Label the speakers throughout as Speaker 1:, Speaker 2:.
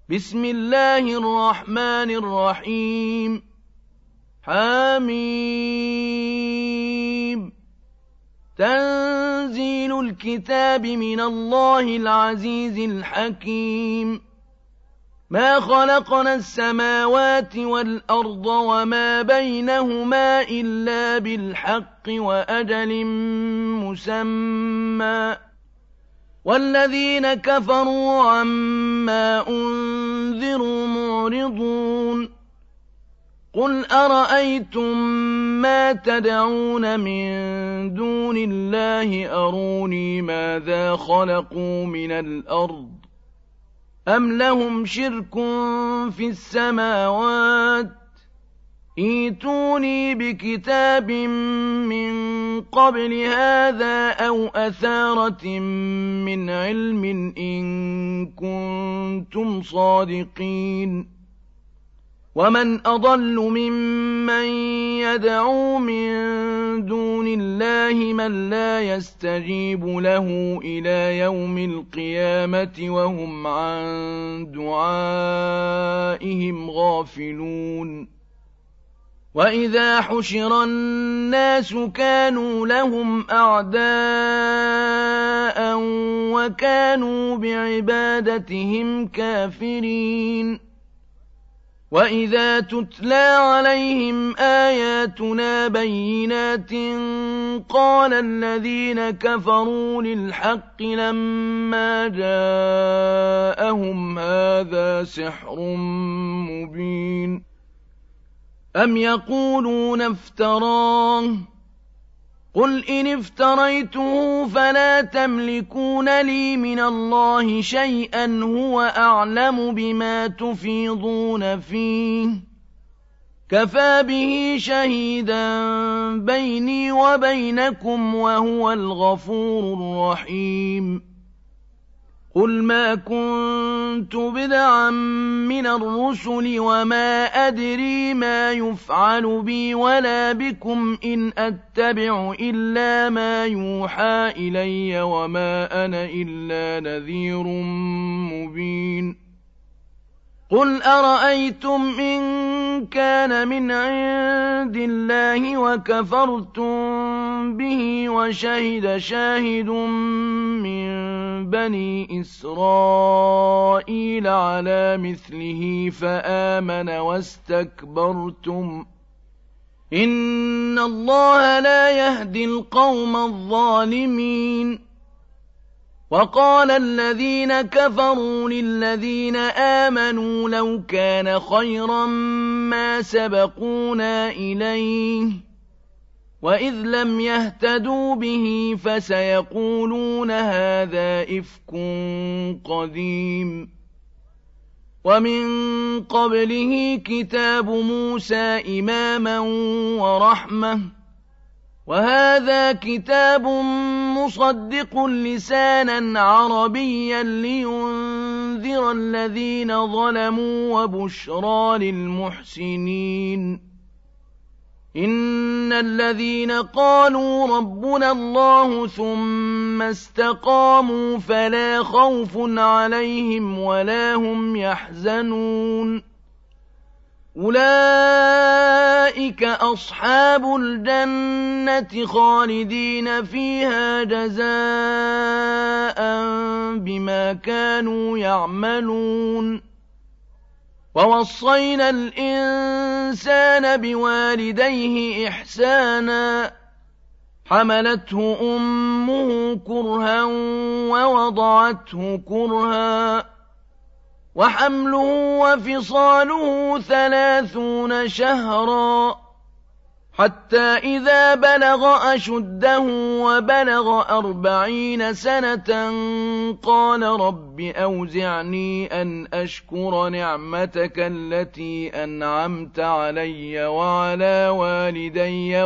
Speaker 1: بسم الله الرحمن الرحيم حميم تنزيل الكتاب من الله العزيز الحكيم ما خلقنا السماوات والأرض وما بينهما إلا بالحق وأجل مسمى والذين كفروا عما أنذروا معرضون قل أرأيتم ما تدعون من دون الله أروني ماذا خلقوا من الأرض أم لهم شرك في السماوات ائتوني بكتاب من قبل هذا أو أثارة من علم إن كنتم صادقين ومن أضل ممن يدعو من دون الله من لا يستجيب له إلى يوم القيامة وهم عن دعائهم غافلون وإذا حشر الناس كانوا لهم أعداء وكانوا بعبادتهم كافرين وإذا تتلى عليهم آياتنا بينات قال الذين كفروا للحق لما جاءهم هذا سحر مبين أم يقولون افتراه قل إن افتريته فلا تملكون لي من الله شيئا هو أعلم بما تفيضون فيه كفى به شهيدا بيني وبينكم وهو الغفور الرحيم قل ما كنت بدعا من الرسل وما أدري ما يفعل بي ولا بكم إن أتبع إلا ما يوحى إلي وما أنا إلا نذير مبين قل أرأيتم إن كان من عند الله وكفرتم به وشهد شاهد من بني إسرائيل على مثله فآمن واستكبرتم إن الله لا يهدي القوم الظالمين وقال الذين كفروا للذين آمنوا لو كان خيرا ما سبقونا إليه وإذ لم يهتدوا به فسيقولون هذا إفك قديم ومن قبله كتاب موسى إماما ورحمة وهذا كتاب مصدق لسانا عربيا لينذر الذين ظلموا وبشرى للمحسنين إن الذين قالوا ربنا الله ثم استقاموا فلا خوف عليهم ولا هم يحزنون أولئك أصحاب الجنة خالدين فيها جزاء بما كانوا يعملون ووصينا الإنسان بوالديه إحسانا حملته أمه كرها ووضعته كرها وحمله وفصاله 30 شهرا حتى إذا بلغ أشده وبلغ 40 سنة قال رب أوزعني أن أشكر نعمتك التي أنعمت علي وعلى والدي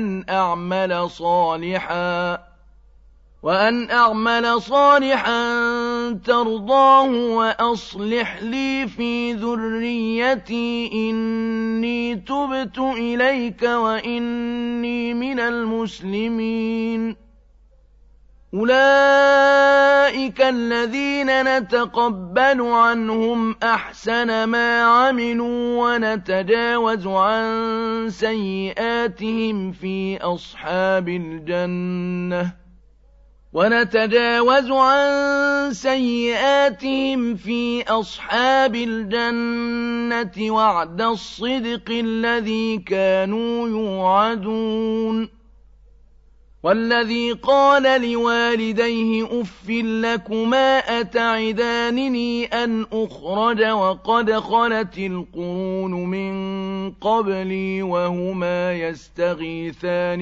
Speaker 1: وأن أعمل صالحا ترضاه وأصلح لي في ذريتي إني تبت إليك وإني من المسلمين أولئك الذين نتقبل عنهم أحسن ما عملوا ونتجاوز عن سيئاتهم في أصحاب الجنة وعد الصدق الذي كانوا يوعدون والذي قال لوالديه أف لكما أتعدانني أن أخرج وقد خلت القرون من قبلي وهما يستغيثان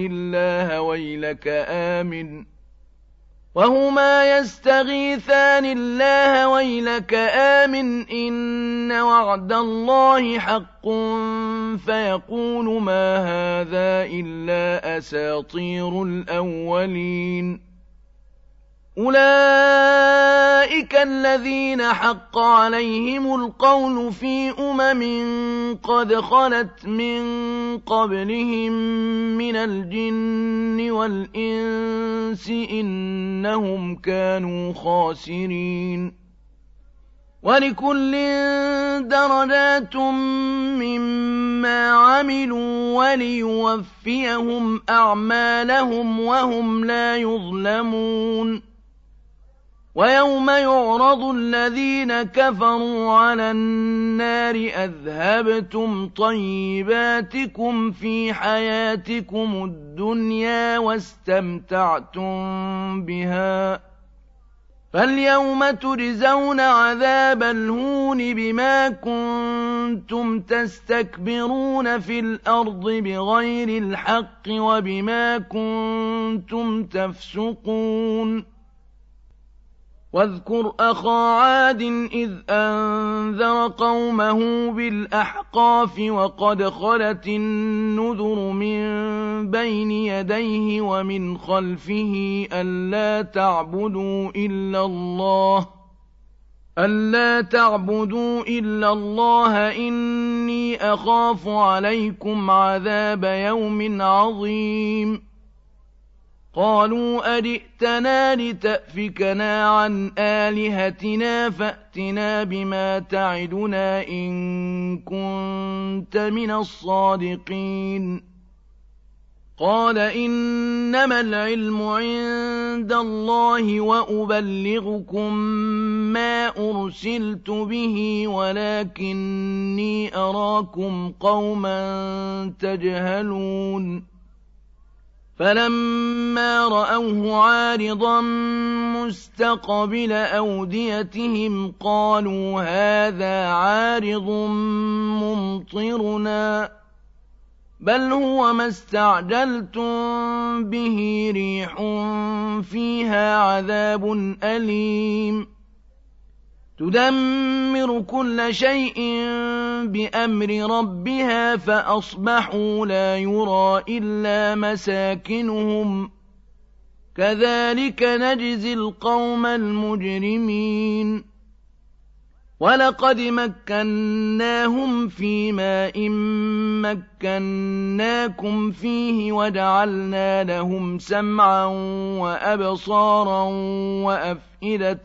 Speaker 1: الله ويلك آمن إن وعد الله حق فيقول ما هذا إلا أساطير الأولين أولئك الذين حق عليهم القول في قد خلت من قبلهم من الجن والإنس إنهم كانوا خاسرين ولكل درجات مما عملوا وليوفيهم أعمالهم وهم لا يظلمون ويوم يعرض الذين كفروا على النار أذهبتم طيباتكم في حياتكم الدنيا واستمتعتم بها فاليوم تجزون عذاب الهون بما كنتم تستكبرون في الأرض بغير الحق وبما كنتم تفسقون واذكر أخا عاد إذ أنذر قومه بالأحقاف وقد خلت النذر من بين يديه ومن خلفه ألا تعبدوا إلا الله إني أخاف عليكم عذاب يوم عظيم قالوا أجئتنا لتأفكنا عن آلهتنا فأتنا بما تعدنا إن كنت من الصادقين قال إنما العلم عند الله وأبلغكم ما أرسلت به ولكني أراكم قوما تجهلون فلما رأوه عارضا مستقبل أوديتهم قالوا هذا عارض ممطرنا بل هو ما استعجلتم به ريح فيها عذاب أليم تدمر كل شيء بأمر ربها فأصبحوا لا يرى إلا مساكنهم كذلك نجزي القوم المجرمين ولقد مكناهم في ماء مكناكم فيه وجعلنا لهم سمعا وأبصارا وأفئدة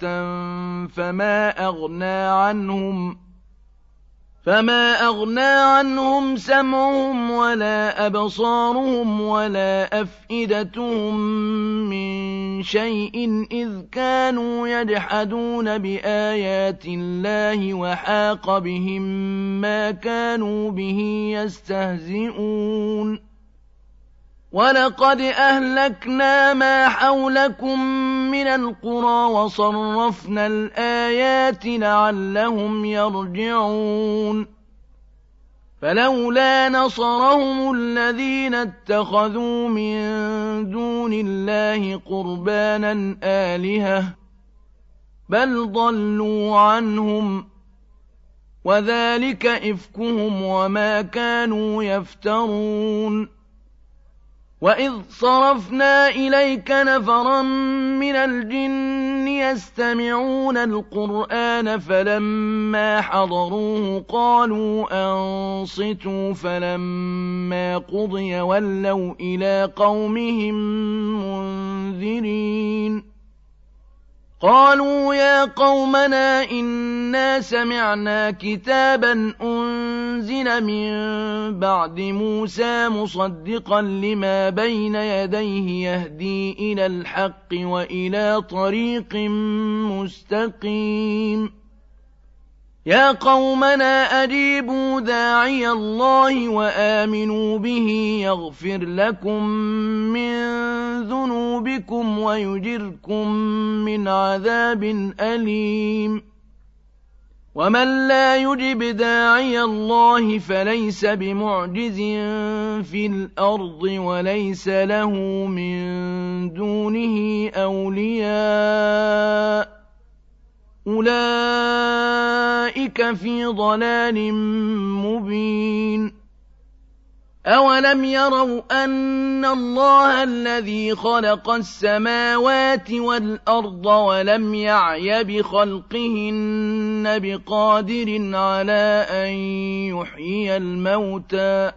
Speaker 1: فما أغنى عنهم سمعهم ولا أبصارهم ولا أفئدتهم من شيء إذ كانوا يجحدون بآيات الله وحاق بهم ما كانوا به يستهزئون ولقد أهلكنا ما حولكم من القرى وصرفنا الآيات لعلهم يرجعون فلولا نصرهم الذين اتخذوا من دون الله قربانا آلهة بل ضلوا عنهم وذلك إفكهم وما كانوا يفترون وإذ صرفنا إليك نفرا من الجن يستمعون القرآن فلما حضروه قالوا أنصتوا فلما قضي ولوا إلى قومهم منذرين قالوا يا قومنا إنا سمعنا كتابا أنزل من بعد موسى مصدقا لما بين يديه يهدي إلى الحق وإلى طريق مستقيم يا قومنا أجيبوا داعي الله وآمنوا به يغفر لكم من ذنوبكم ويجركم من عذاب أليم ومن لا يجب داعي الله فليس بمعجز في الأرض وليس له من دونه أولياء أولئك في ضلال مبين أولم يروا أن الله الذي خلق السماوات والأرض ولم يعي بخلقهن بقادر على أن يحيي الموتى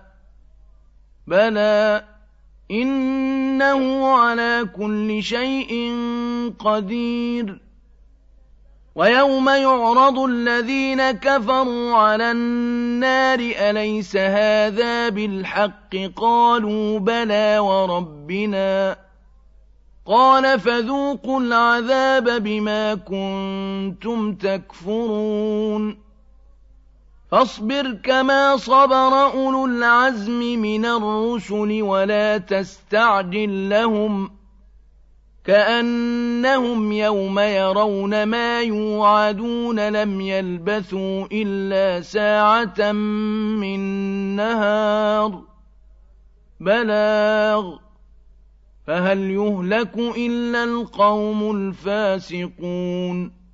Speaker 1: بلى إنه على كل شيء قدير ويوم يعرض الذين كفروا على النار أليس هذا بالحق قالوا بلى وربنا قال فذوقوا العذاب بما كنتم تكفرون فاصبر كما صبر أولو العزم من الرسل ولا تستعجل لهم كأنهم يوم يرون ما يوعدون لم يلبثوا إلا ساعة من نهار بلاغ فهل يهلك إلا القوم الفاسقون